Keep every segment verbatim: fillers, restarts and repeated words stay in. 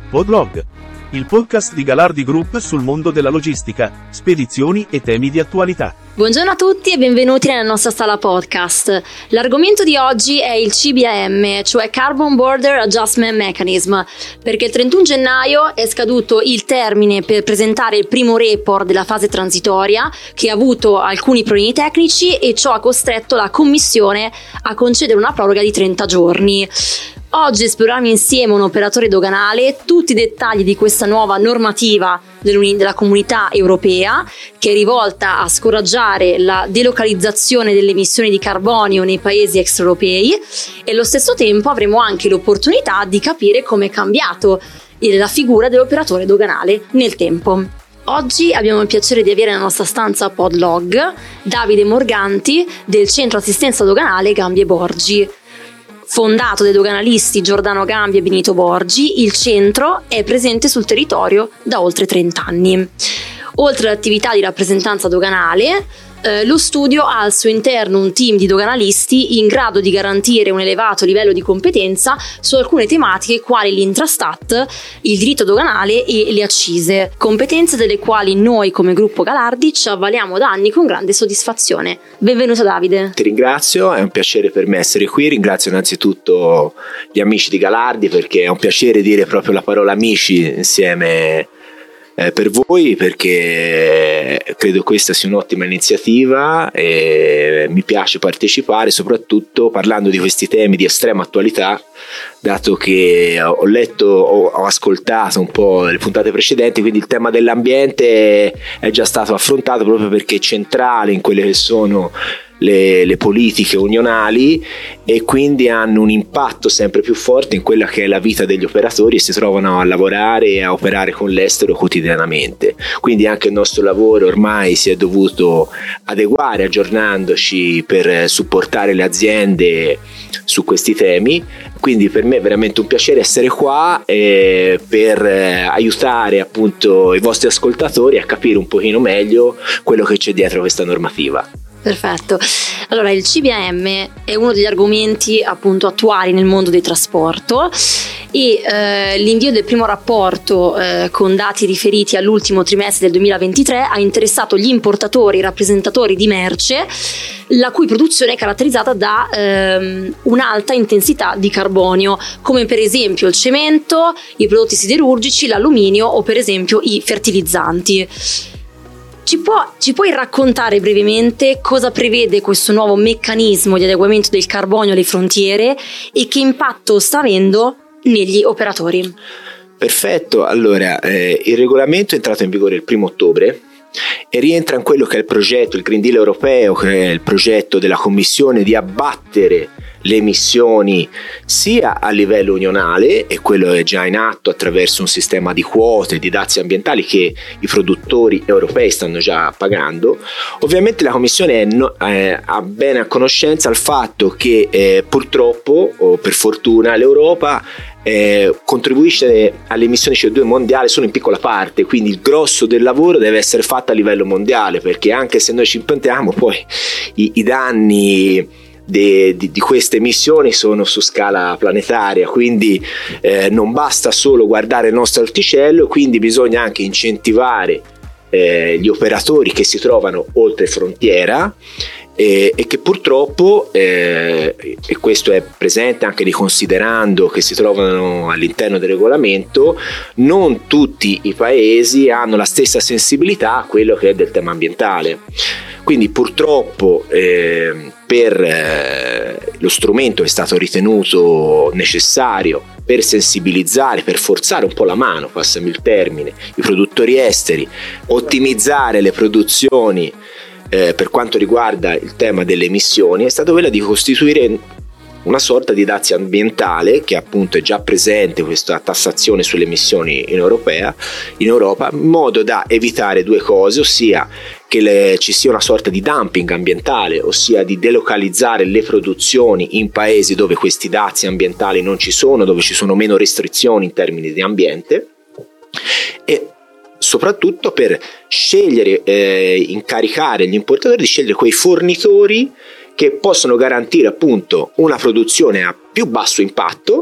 Podlog, il podcast di Galardi Group sul mondo della logistica, spedizioni e temi di attualità. Buongiorno a tutti e benvenuti nella nostra sala podcast. L'argomento di oggi è il C B A M, cioè Carbon Border Adjustment Mechanism, perché il trentuno gennaio è scaduto il termine per presentare il primo report della fase transitoria, che ha avuto alcuni problemi tecnici e ciò ha costretto la Commissione a concedere una proroga di trenta giorni. Oggi esploriamo insieme un operatore doganale tutti i dettagli di questa nuova normativa della Comunità Europea, che è rivolta a scoraggiare la delocalizzazione delle emissioni di carbonio nei paesi extraeuropei, e allo stesso tempo avremo anche l'opportunità di capire come è cambiato la figura dell'operatore doganale nel tempo. Oggi abbiamo il piacere di avere nella nostra stanza Podlog Davide Morganti del Centro Assistenza Doganale Gambie Borgi. Fondato dai doganalisti Giordano Gambia e Benito Borgi, il centro è presente sul territorio da oltre trenta anni. Oltre all'attività di rappresentanza doganale, eh, lo studio ha al suo interno un team di doganalisti in grado di garantire un elevato livello di competenza su alcune tematiche quali l'intrastat, il diritto doganale e le accise, competenze delle quali noi come gruppo Galardi ci avvaliamo da anni con grande soddisfazione. Benvenuto Davide. Ti ringrazio, è un piacere per me essere qui. Ringrazio innanzitutto gli amici di Galardi, perché è un piacere dire proprio la parola amici insieme Eh, per voi, perché credo questa sia un'ottima iniziativa e mi piace partecipare, soprattutto parlando di questi temi di estrema attualità, dato che ho letto, ho, ho ascoltato un po' le puntate precedenti, quindi il tema dell'ambiente è già stato affrontato proprio perché è centrale in quelle che sono Le, le politiche unionali, e quindi hanno un impatto sempre più forte in quella che è la vita degli operatori, e si trovano a lavorare e a operare con l'estero quotidianamente. Quindi anche il nostro lavoro ormai si è dovuto adeguare, aggiornandoci per supportare le aziende su questi temi. Quindi per me è veramente un piacere essere qua eh, per eh, aiutare appunto i vostri ascoltatori a capire un pochino meglio quello che c'è dietro questa normativa. Perfetto. Allora, il C B A M è uno degli argomenti appunto attuali nel mondo del trasporto, e eh, l'invio del primo rapporto eh, con dati riferiti all'ultimo trimestre del duemilaventitré ha interessato gli importatori e rappresentatori di merce la cui produzione è caratterizzata da ehm, un'alta intensità di carbonio, come per esempio il cemento, i prodotti siderurgici, l'alluminio o per esempio i fertilizzanti. Ci, può, ci puoi raccontare brevemente cosa prevede questo nuovo meccanismo di adeguamento del carbonio alle frontiere e che impatto sta avendo negli operatori? Perfetto, allora eh, il regolamento è entrato in vigore il primo ottobre e rientra in quello che è il progetto, il Green Deal europeo, che è il progetto della Commissione di abbattere le emissioni sia a livello unionale, e quello è già in atto attraverso un sistema di quote, di dazi ambientali che i produttori europei stanno già pagando. Ovviamente la Commissione è no, eh, ha bene a conoscenza il fatto che eh, purtroppo o per fortuna l'Europa eh, contribuisce alle emissioni C O due mondiali solo in piccola parte, quindi il grosso del lavoro deve essere fatto a livello mondiale, perché anche se noi ci impegniamo, poi i, i danni Di, di, di queste emissioni sono su scala planetaria, quindi eh, non basta solo guardare il nostro orticello, quindi bisogna anche incentivare eh, gli operatori che si trovano oltre frontiera e, e che purtroppo, eh, e questo è presente anche riconsiderando che si trovano all'interno del regolamento, non tutti i paesi hanno la stessa sensibilità a quello che è del tema ambientale. Quindi purtroppo eh, per eh, lo strumento è stato ritenuto necessario per sensibilizzare, per forzare un po' la mano, passami il termine, i produttori esteri, ottimizzare le produzioni eh, per quanto riguarda il tema delle emissioni, è stato quella di costituire una sorta di dazio ambientale, che appunto è già presente questa tassazione sulle emissioni in, Europea, in Europa, in modo da evitare due cose, ossia che le, ci sia una sorta di dumping ambientale, ossia di delocalizzare le produzioni in paesi dove questi dazi ambientali non ci sono, dove ci sono meno restrizioni in termini di ambiente, e soprattutto per scegliere, eh, incaricare gli importatori di scegliere quei fornitori che possono garantire appunto una produzione a più basso impatto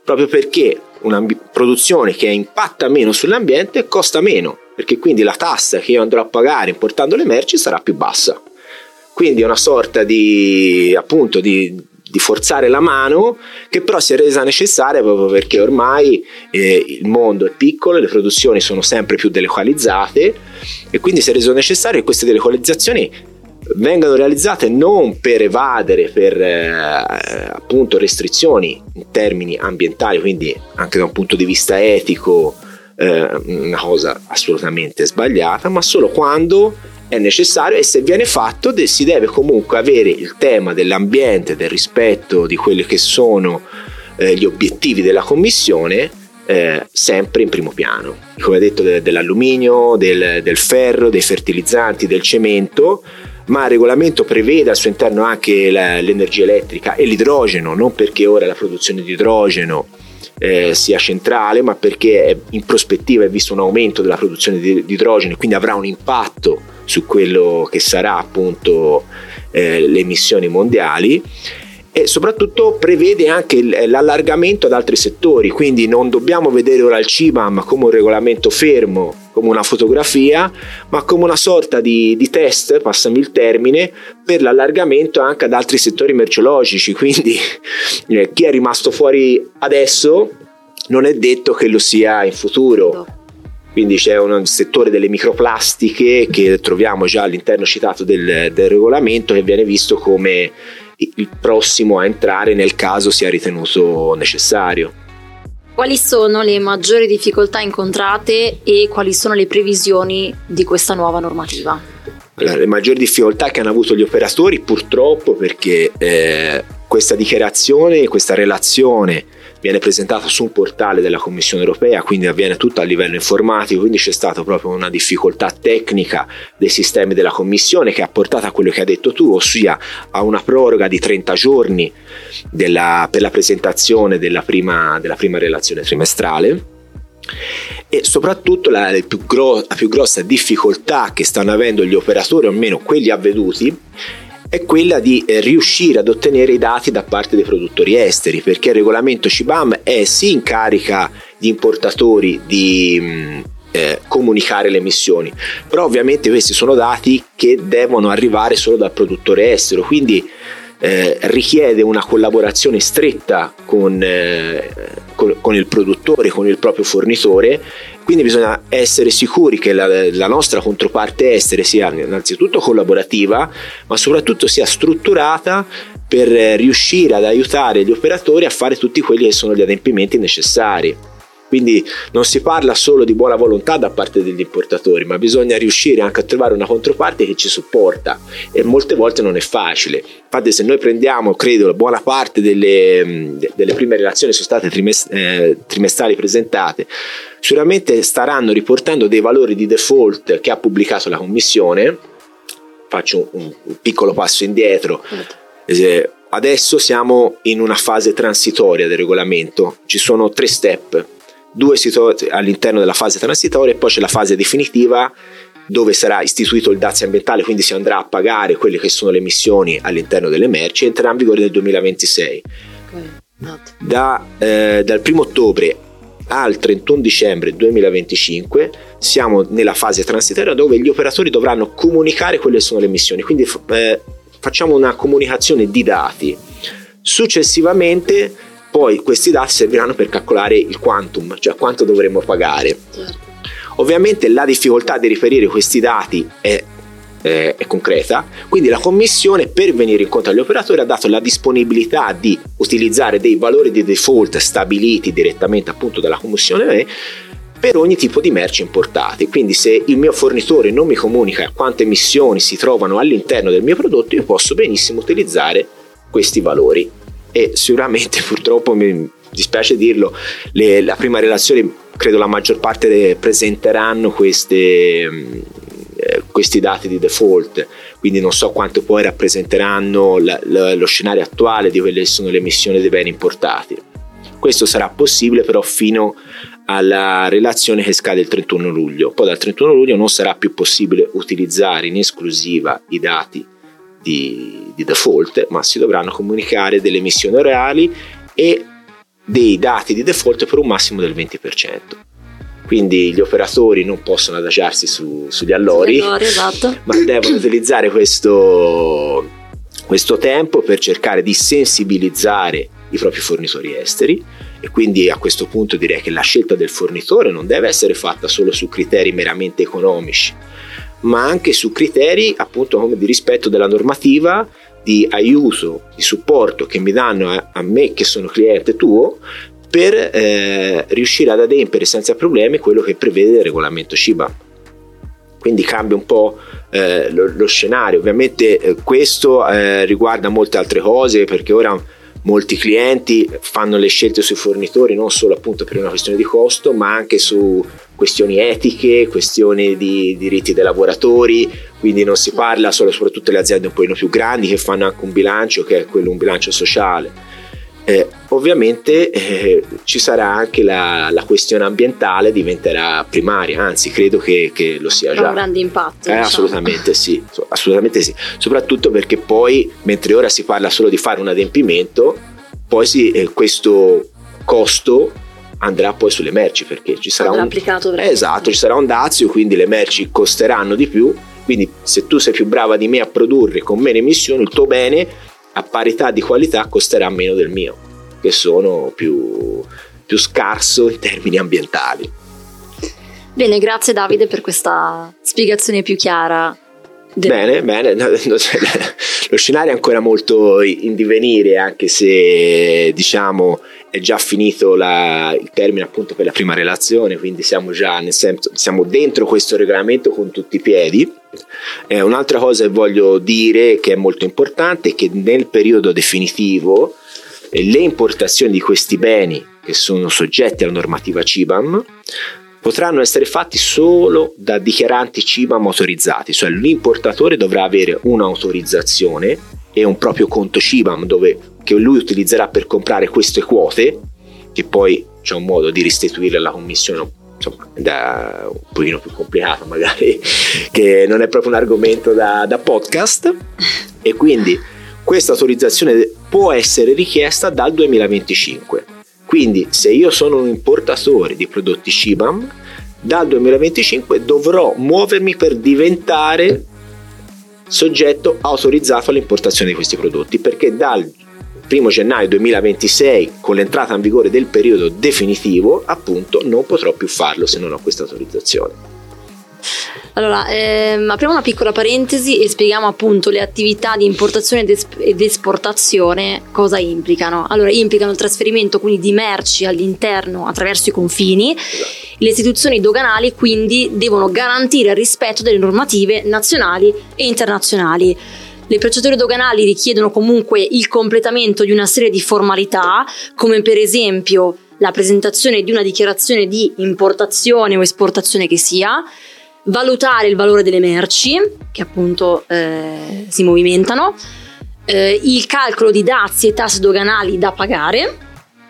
proprio perché una produzione che impatta meno sull'ambiente costa meno, perché quindi la tassa che io andrò a pagare importando le merci sarà più bassa. Quindi è una sorta di, appunto, di, di forzare la mano, che però si è resa necessaria proprio perché ormai eh, il mondo è piccolo, le produzioni sono sempre più delocalizzate, e quindi si è reso necessario che queste delocalizzazioni vengano realizzate non per evadere, per eh, appunto restrizioni in termini ambientali, quindi anche da un punto di vista etico eh, una cosa assolutamente sbagliata, ma solo quando è necessario, e se viene fatto si deve comunque avere il tema dell'ambiente, del rispetto di quelli che sono eh, gli obiettivi della Commissione eh, sempre in primo piano, come detto de- dell'alluminio, del, del ferro, dei fertilizzanti, del cemento. Ma il regolamento prevede al suo interno anche la, l'energia elettrica e l'idrogeno, non perché ora la produzione di idrogeno eh, sia centrale, ma perché è, in prospettiva è visto un aumento della produzione di, di idrogeno, e quindi avrà un impatto su quello che sarà appunto eh, le emissioni mondiali, e soprattutto prevede anche l'allargamento ad altri settori, quindi non dobbiamo vedere ora il C B A M come un regolamento fermo, come una fotografia, ma come una sorta di, di test, passami il termine, per l'allargamento anche ad altri settori merceologici. Quindi eh, chi è rimasto fuori adesso non è detto che lo sia in futuro. Quindi c'è un settore delle microplastiche che troviamo già all'interno citato del, del regolamento, che viene visto come il prossimo a entrare nel caso sia ritenuto necessario. Quali sono le maggiori difficoltà incontrate e quali sono le previsioni di questa nuova normativa? Allora, le maggiori difficoltà che hanno avuto gli operatori, purtroppo, perché eh, questa dichiarazione, questa relazione viene presentata su un portale della Commissione europea, quindi avviene tutto a livello informatico, quindi c'è stata proprio una difficoltà tecnica dei sistemi della Commissione che ha portato a quello che hai detto tu, ossia a una proroga di trenta giorni della, per la presentazione della prima, della prima relazione trimestrale. E soprattutto la, la, più gro- la più grossa difficoltà che stanno avendo gli operatori, o almeno quelli avveduti, è quella di eh, riuscire ad ottenere i dati da parte dei produttori esteri, perché il regolamento C B A M è sì in carica gli importatori di mh, eh, comunicare le emissioni, però ovviamente questi sono dati che devono arrivare solo dal produttore estero, quindi eh, richiede una collaborazione stretta con, eh, con, con il produttore, con il proprio fornitore. Quindi bisogna essere sicuri che la, la nostra controparte estera sia innanzitutto collaborativa, ma soprattutto sia strutturata per riuscire ad aiutare gli operatori a fare tutti quelli che sono gli adempimenti necessari. Quindi non si parla solo di buona volontà da parte degli importatori, ma bisogna riuscire anche a trovare una controparte che ci supporta, e molte volte non è facile. Infatti, se noi prendiamo, credo, la buona parte delle, delle prime relazioni sono state trimest- eh, trimestrali presentate, sicuramente staranno riportando dei valori di default che ha pubblicato la Commissione. Faccio un, un piccolo passo indietro. Eh, adesso siamo in una fase transitoria del regolamento, ci sono tre step. Due all'interno della fase transitoria, e poi c'è la fase definitiva dove sarà istituito il dazio ambientale, quindi si andrà a pagare quelle che sono le emissioni all'interno delle merci, e entrerà in vigore nel duemilaventisei. Da, eh, dal primo ottobre al trentuno dicembre duemilaventicinque siamo nella fase transitoria dove gli operatori dovranno comunicare quelle che sono le emissioni, quindi eh, facciamo una comunicazione di dati. Successivamente poi questi dati serviranno per calcolare il quantum, cioè quanto dovremo pagare. Certo. Ovviamente la difficoltà di riferire questi dati è, eh, è concreta, quindi la Commissione, per venire incontro agli operatori, ha dato la disponibilità di utilizzare dei valori di default stabiliti direttamente appunto dalla Commissione per ogni tipo di merci importate. Quindi se il mio fornitore non mi comunica quante emissioni si trovano all'interno del mio prodotto, io posso benissimo utilizzare questi valori. E sicuramente, purtroppo mi dispiace dirlo, le, la prima relazione, credo la maggior parte le presenteranno queste, eh, questi dati di default, quindi non so quanto poi rappresenteranno la, la, lo scenario attuale di quelle che sono le emissioni dei beni importati. Questo sarà possibile però fino alla relazione che scade il trentuno luglio. Poi dal trentuno luglio non sarà più possibile utilizzare in esclusiva i dati Di, di default, ma si dovranno comunicare delle emissioni reali e dei dati di default per un massimo del venti per cento. Quindi gli operatori non possono adagiarsi su, sugli allori, allori esatto. ma devono utilizzare questo, questo tempo per cercare di sensibilizzare i propri fornitori esteri, e quindi a questo punto direi che la scelta del fornitore non deve essere fatta solo su criteri meramente economici, ma anche su criteri appunto come di rispetto della normativa, di aiuto, di supporto che mi danno a, a me che sono cliente tuo, per eh, riuscire ad adempiere senza problemi quello che prevede il regolamento C B A M. Quindi cambia un po' eh, lo, lo scenario. Ovviamente eh, questo eh, riguarda molte altre cose, perché ora molti clienti fanno le scelte sui fornitori non solo appunto per una questione di costo, ma anche su questioni etiche, questioni di diritti dei lavoratori. Quindi non si parla solo, soprattutto le aziende un po' più grandi che fanno anche un bilancio che è quello un bilancio sociale. Eh, ovviamente eh, ci sarà anche la, la questione ambientale, diventerà primaria, anzi credo che, che lo sia già. Ha un grande impatto. Eh, diciamo. Assolutamente sì, assolutamente sì, soprattutto perché poi, mentre ora si parla solo di fare un adempimento, poi si, eh, questo costo andrà poi sulle merci, perché ci sarà andrà un applicato eh, esatto, ci sarà un dazio, quindi le merci costeranno di più. Quindi se tu sei più brava di me a produrre con meno emissioni, il tuo bene a parità di qualità costerà meno del mio, che sono più, più scarso in termini ambientali. Bene, grazie Davide per questa spiegazione più chiara. Del... Bene, bene, lo scenario è ancora molto in divenire, anche se diciamo è già finito la, il termine appunto per la prima relazione, quindi siamo già nel senso, siamo dentro questo regolamento con tutti i piedi. Eh, un'altra cosa che voglio dire che è molto importante è che nel periodo definitivo eh, le importazioni di questi beni che sono soggetti alla normativa C B A M potranno essere fatti solo da dichiaranti C B A M autorizzati, cioè l'importatore dovrà avere un'autorizzazione e un proprio conto C B A M dove, che lui utilizzerà per comprare queste quote, che poi c'è un modo di restituirle alla commissione, insomma, da un pochino più complicato magari, che non è proprio un argomento da, da podcast, e quindi questa autorizzazione può essere richiesta dal duemilaventicinque. Quindi se io sono un importatore di prodotti C B A M, dal duemilaventicinque dovrò muovermi per diventare soggetto autorizzato all'importazione di questi prodotti, perché dal primo gennaio duemilaventisei, con l'entrata in vigore del periodo definitivo, appunto non potrò più farlo se non ho questa autorizzazione. Allora, ehm, apriamo una piccola parentesi e spieghiamo appunto le attività di importazione ed esportazione cosa implicano. Allora, implicano il trasferimento quindi di merci all'interno attraverso i confini. Le istituzioni doganali quindi devono garantire il rispetto delle normative nazionali e internazionali. Le procedure doganali richiedono comunque il completamento di una serie di formalità, come per esempio la presentazione di una dichiarazione di importazione o esportazione che sia, valutare il valore delle merci che appunto eh, si movimentano, eh, il calcolo di dazi e tasse doganali da pagare,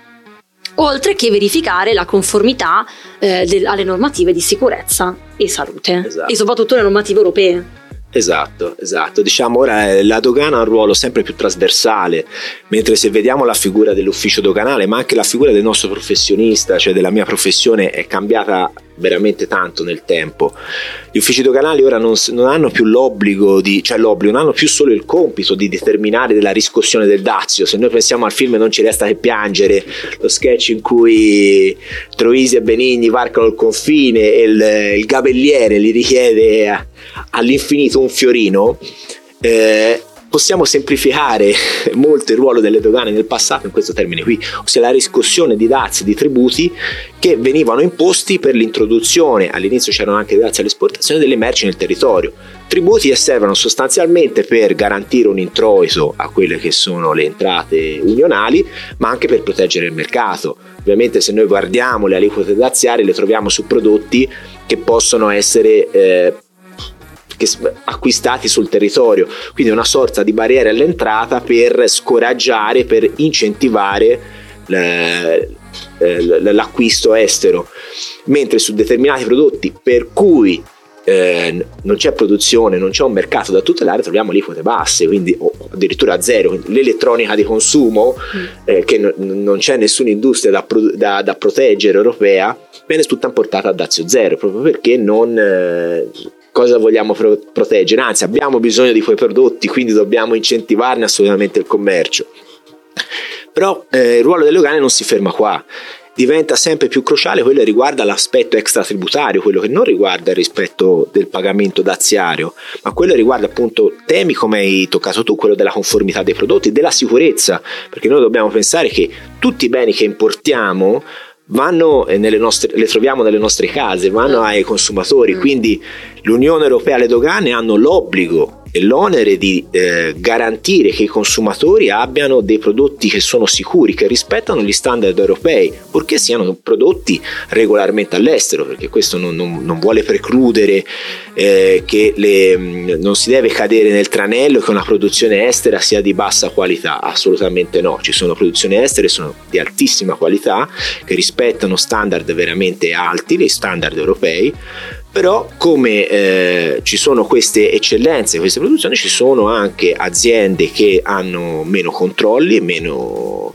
oltre che verificare la conformità eh, del, alle normative di sicurezza e salute, esatto. E soprattutto le normative europee. Esatto, esatto. Diciamo ora la dogana ha un ruolo sempre più trasversale, mentre se vediamo la figura dell'ufficio doganale, ma anche la figura del nostro professionista, cioè della mia professione, è cambiata veramente tanto nel tempo. Gli uffici doganali ora non, non hanno più l'obbligo di, cioè l'obbligo, non hanno più solo il compito di determinare la riscossione del dazio. Se noi pensiamo al film Non ci resta che piangere, lo sketch in cui Troisi e Benigni varcano il confine e il, il gabelliere gli richiede all'infinito un fiorino, eh, possiamo semplificare molto il ruolo delle dogane nel passato in questo termine qui, ossia la riscossione di dazi e di tributi che venivano imposti per l'introduzione, all'inizio c'erano anche dazi all'esportazione delle merci nel territorio, tributi che servono sostanzialmente per garantire un introito a quelle che sono le entrate unionali, ma anche per proteggere il mercato. Ovviamente se noi guardiamo le aliquote daziarie le troviamo su prodotti che possono essere eh, che acquistati sul territorio, quindi una sorta di barriera all'entrata per scoraggiare, per incentivare l'acquisto estero, mentre su determinati prodotti per cui eh, non c'è produzione, non c'è un mercato da tutelare, troviamo aliquote basse, quindi o addirittura a zero. Quindi l'elettronica di consumo, mm. eh, che no, non c'è nessuna industria da, da, da proteggere europea, viene tutta importata a dazio zero, proprio perché non... Eh, cosa vogliamo pro- proteggere? Anzi, abbiamo bisogno di quei prodotti, quindi dobbiamo incentivarne assolutamente il commercio. Però eh, il ruolo delle dogane non si ferma qua, diventa sempre più cruciale quello che riguarda l'aspetto extratributario, quello che non riguarda il rispetto del pagamento daziario, ma quello che riguarda appunto temi come hai toccato tu, quello della conformità dei prodotti, della sicurezza, perché noi dobbiamo pensare che tutti i beni che importiamo vanno nelle nostre, le troviamo nelle nostre case, vanno ai consumatori, quindi l'Unione Europea e le dogane hanno l'obbligo e l'onere di eh, garantire che i consumatori abbiano dei prodotti che sono sicuri, che rispettano gli standard europei, purché siano prodotti regolarmente all'estero, perché questo non, non, non vuole precludere eh, che le, non si deve cadere nel tranello che una produzione estera sia di bassa qualità, assolutamente no, ci sono produzioni estere che sono di altissima qualità, che rispettano standard veramente alti, gli standard europei. Però come eh, ci sono queste eccellenze, queste produzioni, ci sono anche aziende che hanno meno controlli, meno,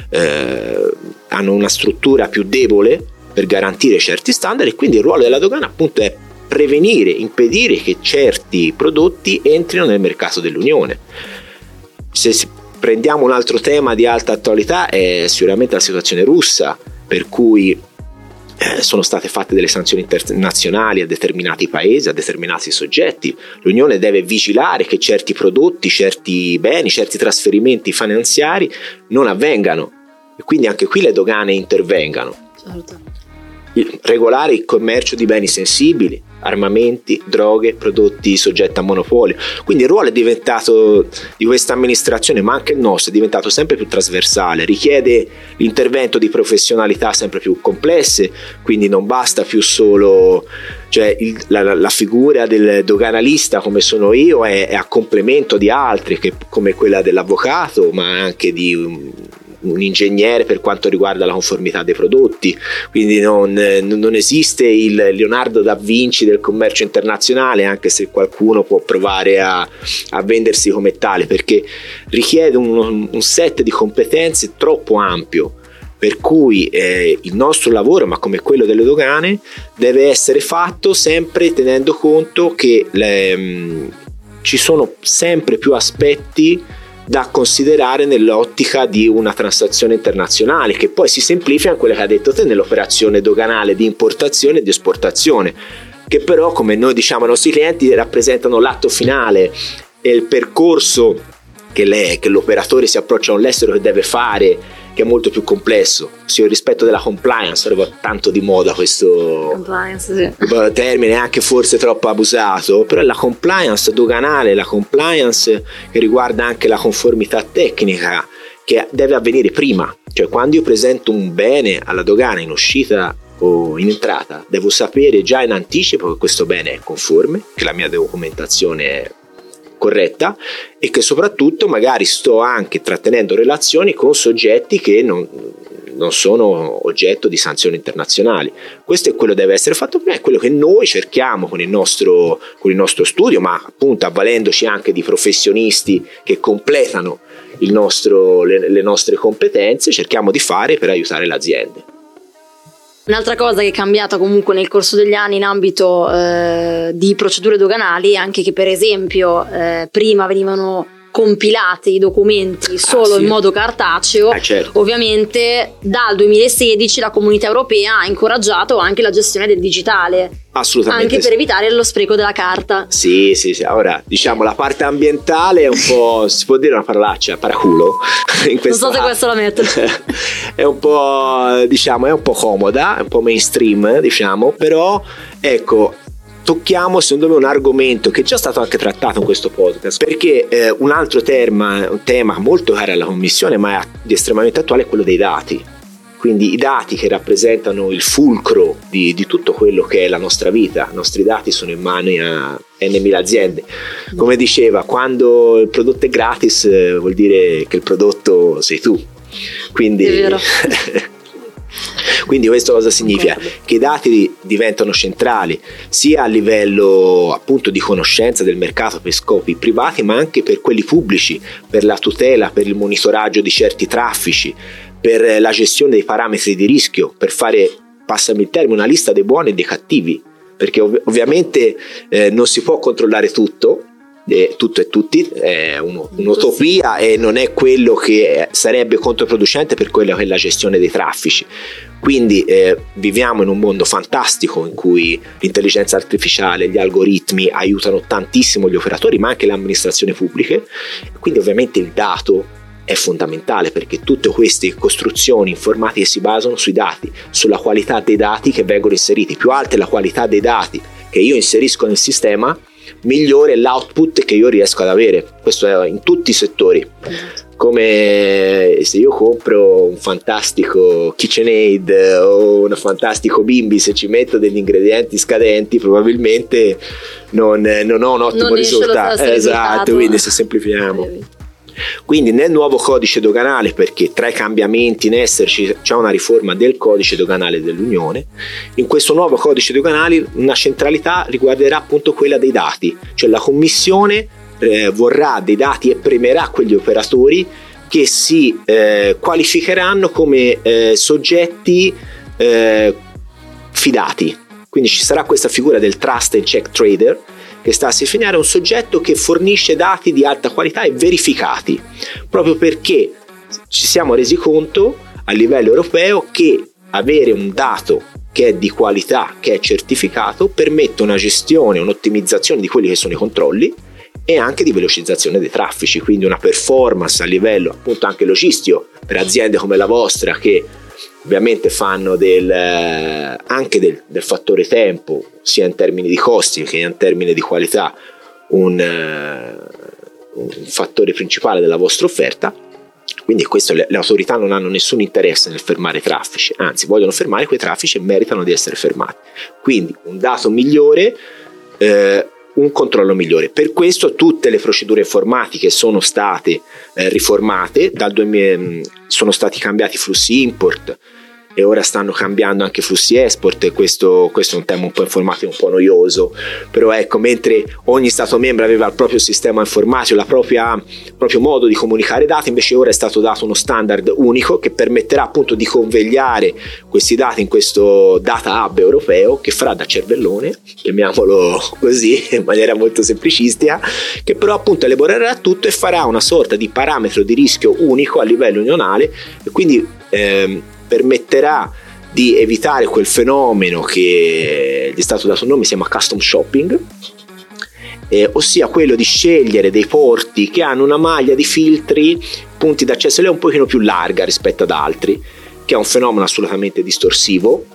eh, hanno una struttura più debole per garantire certi standard, e quindi il ruolo della dogana appunto è prevenire, impedire che certi prodotti entrino nel mercato dell'Unione. Se prendiamo un altro tema di alta attualità è sicuramente la situazione russa, per cui Eh, sono state fatte delle sanzioni internazionali a determinati paesi, a determinati soggetti. L'Unione deve vigilare che certi prodotti, certi beni, certi trasferimenti finanziari non avvengano, e quindi anche qui le dogane intervengano. Certo. Il, regolare il commercio di beni sensibili, armamenti, droghe, prodotti soggetti a monopolio. Quindi il ruolo è diventato di questa amministrazione, ma anche il nostro, è diventato sempre più trasversale, richiede l'intervento di professionalità sempre più complesse, quindi non basta più solo, cioè il, la, la figura del doganalista come sono io è, è a complemento di altri, che, come quella dell'avvocato, ma anche di un, un ingegnere per quanto riguarda la conformità dei prodotti. Quindi non, non esiste il Leonardo da Vinci del commercio internazionale, anche se qualcuno può provare a, a vendersi come tale, perché richiede un, un set di competenze troppo ampio, per cui eh, il nostro lavoro, ma come quello delle dogane, deve essere fatto sempre tenendo conto che le, mh, ci sono sempre più aspetti da considerare nell'ottica di una transazione internazionale, che poi si semplifica in quello che ha detto te nell'operazione doganale di importazione e di esportazione, che però, come noi diciamo ai nostri clienti, rappresentano l'atto finale e il percorso che, le, che l'operatore si approccia all'estero che deve fare, che è molto più complesso. Sì, il rispetto della compliance, arriva tanto di moda questo compliance, sì. termine, anche forse troppo abusato, però la compliance doganale, la compliance che riguarda anche la conformità tecnica, che deve avvenire prima, cioè quando io presento un bene alla dogana in uscita o in entrata, devo sapere già in anticipo che questo bene è conforme, che la mia documentazione è corretta, e che soprattutto magari sto anche trattenendo relazioni con soggetti che non, non sono oggetto di sanzioni internazionali. Questo è quello che deve essere fatto prima, è quello che noi cerchiamo con il nostro, con il nostro studio, ma appunto avvalendoci anche di professionisti che completano il nostro, le, le nostre competenze, cerchiamo di fare per aiutare le aziende. Un'altra cosa che è cambiata comunque nel corso degli anni in ambito eh, di procedure doganali è anche che, per esempio, eh, prima venivano compilati i documenti solo ah, sì. in modo cartaceo. Ah, certo. Ovviamente dal duemilasedici la Comunità Europea ha incoraggiato anche la gestione del digitale, assolutamente, anche sì. per evitare lo spreco della carta. Sì, sì, sì. Ora, diciamo, la parte ambientale è un po', si può dire una parolaccia, paraculo. In non so se questo la metto. È un po', diciamo, è un po' comoda, è un po' mainstream, diciamo, però ecco, tocchiamo secondo me un argomento che è già stato anche trattato in questo podcast, perché eh, un altro tema, un tema molto caro alla Commissione, ma è di estremamente attuale, è quello dei dati. Quindi i dati che rappresentano il fulcro di, di tutto quello che è la nostra vita. I nostri dati sono in mano a N mila aziende. Come diceva, quando il prodotto è gratis eh, vuol dire che il prodotto sei tu. Quindi, è vero. Quindi questo cosa significa? Che i dati diventano centrali sia a livello appunto di conoscenza del mercato per scopi privati, ma anche per quelli pubblici, per la tutela, per il monitoraggio di certi traffici, per la gestione dei parametri di rischio, per fare, passami il termine, una lista dei buoni e dei cattivi, perché ov- ovviamente eh, non si può controllare tutto, eh, tutto e tutti, è un, un'utopia e non è quello che sarebbe controproducente per quella che è la gestione dei traffici. Quindi eh, viviamo in un mondo fantastico in cui l'intelligenza artificiale, gli algoritmi aiutano tantissimo gli operatori, ma anche le amministrazioni pubbliche, quindi ovviamente il dato è fondamentale, perché tutte queste costruzioni informatiche si basano sui dati, sulla qualità dei dati che vengono inseriti. Più alta è la qualità dei dati che io inserisco nel sistema, migliore è l'output che io riesco ad avere. Questo è in tutti i settori. Come se io compro un fantastico KitchenAid o un fantastico Bimbi, se ci metto degli ingredienti scadenti probabilmente non, non ho un ottimo non risultato. Esatto, risultato. Quindi se semplifichiamo. Quindi nel nuovo codice doganale, perché tra i cambiamenti in essere c'è una riforma del codice doganale dell'Unione, in questo nuovo codice doganale una centralità riguarderà appunto quella dei dati, cioè la Commissione eh, vorrà dei dati e premierà quegli operatori che si eh, qualificheranno come eh, soggetti eh, fidati. Quindi ci sarà questa figura del trust and check trader, che sta a definire un soggetto che fornisce dati di alta qualità e verificati, proprio perché ci siamo resi conto a livello europeo che avere un dato che è di qualità, che è certificato, permette una gestione, un'ottimizzazione di quelli che sono i controlli e anche di velocizzazione dei traffici, quindi una performance a livello appunto anche logistico per aziende come la vostra, che ovviamente fanno del, eh, anche del, del fattore tempo, sia in termini di costi che in termini di qualità, un, eh, un fattore principale della vostra offerta. Quindi questo, le, le autorità non hanno nessun interesse nel fermare i traffici, anzi vogliono fermare quei traffici e meritano di essere fermati. Quindi un dato migliore, eh, un controllo migliore. Per questo tutte le procedure informatiche sono state eh, riformate, dal duemila sono stati cambiati i flussi import e ora stanno cambiando anche i flussi export, e questo, questo è un tema un po' informatico, un po' noioso, però ecco, mentre ogni Stato membro aveva il proprio sistema informatico, la propria, il proprio modo di comunicare dati, invece ora è stato dato uno standard unico che permetterà appunto di convegliare questi dati in questo data hub europeo, che farà da cervellone, chiamiamolo così in maniera molto semplicistica, che però appunto elaborerà tutto e farà una sorta di parametro di rischio unico a livello unionale, e quindi ehm, permetterà di evitare quel fenomeno che gli è stato dato un nome, si chiama custom shopping, eh, ossia quello di scegliere dei porti che hanno una maglia di filtri, punti d'accesso lì un pochino più larga rispetto ad altri, che è un fenomeno assolutamente distorsivo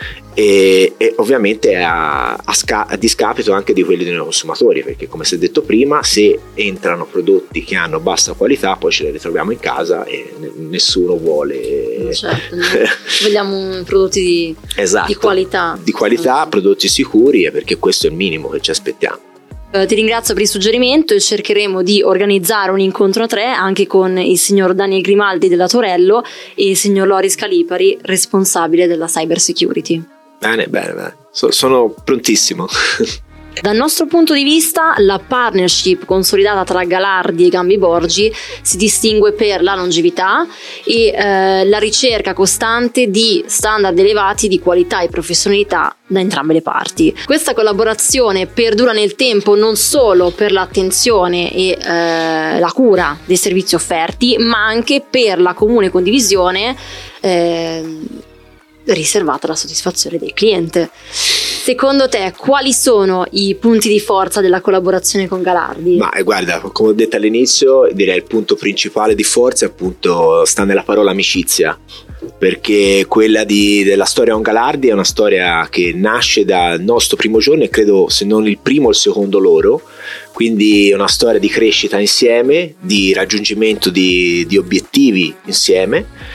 e, e ovviamente a, a, sca- a discapito anche di quelli dei consumatori, perché come si è detto prima, se entrano prodotti che hanno bassa qualità poi ce li ritroviamo in casa e n- nessuno vuole. Certo, vogliamo prodotti di, esatto, di qualità di qualità, prodotti sicuri, perché questo è il minimo che ci aspettiamo. Uh, ti ringrazio per il suggerimento e cercheremo di organizzare un incontro a tre anche con il signor Daniel Grimaldi della Torello e il signor Loris Calipari, responsabile della cyber security. Bene, bene, bene. So, sono prontissimo. Dal nostro punto di vista, la partnership consolidata tra Galardi e Gambi Borgi si distingue per la longevità e eh, la ricerca costante di standard elevati di qualità e professionalità da entrambe le parti. Questa collaborazione perdura nel tempo non solo per l'attenzione e eh, la cura dei servizi offerti, ma anche per la comune condivisione eh, riservata alla soddisfazione del cliente. Secondo te, quali sono i punti di forza della collaborazione con Galardi? Ma guarda, come ho detto all'inizio, direi il punto principale di forza appunto sta nella parola amicizia, perché quella di, della storia con Galardi è una storia che nasce dal nostro primo giorno e credo se non il primo il secondo loro, quindi è una storia di crescita insieme, di raggiungimento di, di obiettivi insieme.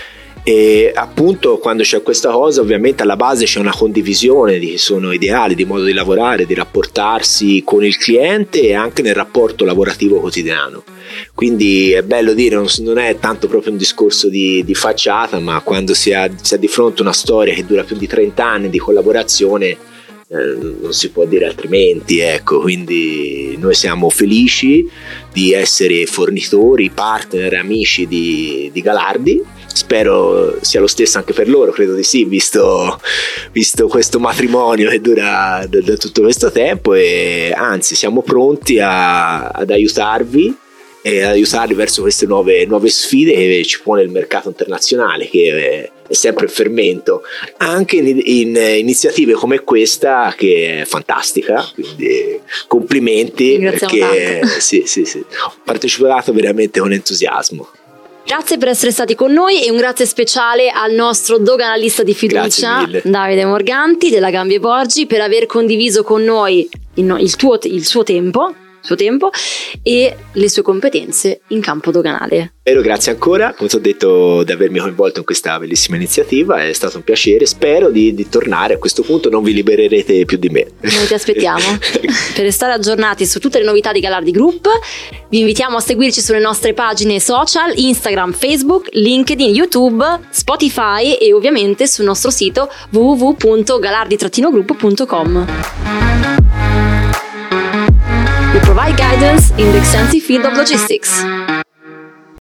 E appunto quando c'è questa cosa, ovviamente alla base c'è una condivisione di che sono ideali, di modo di lavorare, di rapportarsi con il cliente e anche nel rapporto lavorativo quotidiano. Quindi è bello dire, non, non è tanto proprio un discorso di, di facciata, ma quando si ha, si ha di fronte una storia che dura più di trenta anni di collaborazione, Eh, non si può dire altrimenti, ecco. Quindi noi siamo felici di essere fornitori, partner, amici di, di Galardi. Spero sia lo stesso anche per loro, credo di sì, visto, visto questo matrimonio che dura da, da tutto questo tempo, e anzi siamo pronti a, ad aiutarvi e ad aiutarli verso queste nuove, nuove sfide che ci pone il mercato internazionale, che è, è sempre in fermento, anche in, in iniziative come questa che è fantastica, quindi complimenti, perché sì, sì, sì, ho partecipato veramente con entusiasmo. Grazie per essere stati con noi e un grazie speciale al nostro doganalista di fiducia Davide Morganti della Gambie Borgi per aver condiviso con noi il, il, tuo, il suo tempo suo tempo e le sue competenze in campo doganale. Spero, grazie ancora, come ti ho detto, di avermi coinvolto in questa bellissima iniziativa, è stato un piacere, spero di, di tornare, a questo punto non vi libererete più di me. Noi ti aspettiamo. Per restare aggiornati su tutte le novità di Galardi Group vi invitiamo a seguirci sulle nostre pagine social, Instagram, Facebook, LinkedIn, YouTube, Spotify e ovviamente sul nostro sito w w w punto galardi group punto com. We provide guidance in the extensive field of logistics.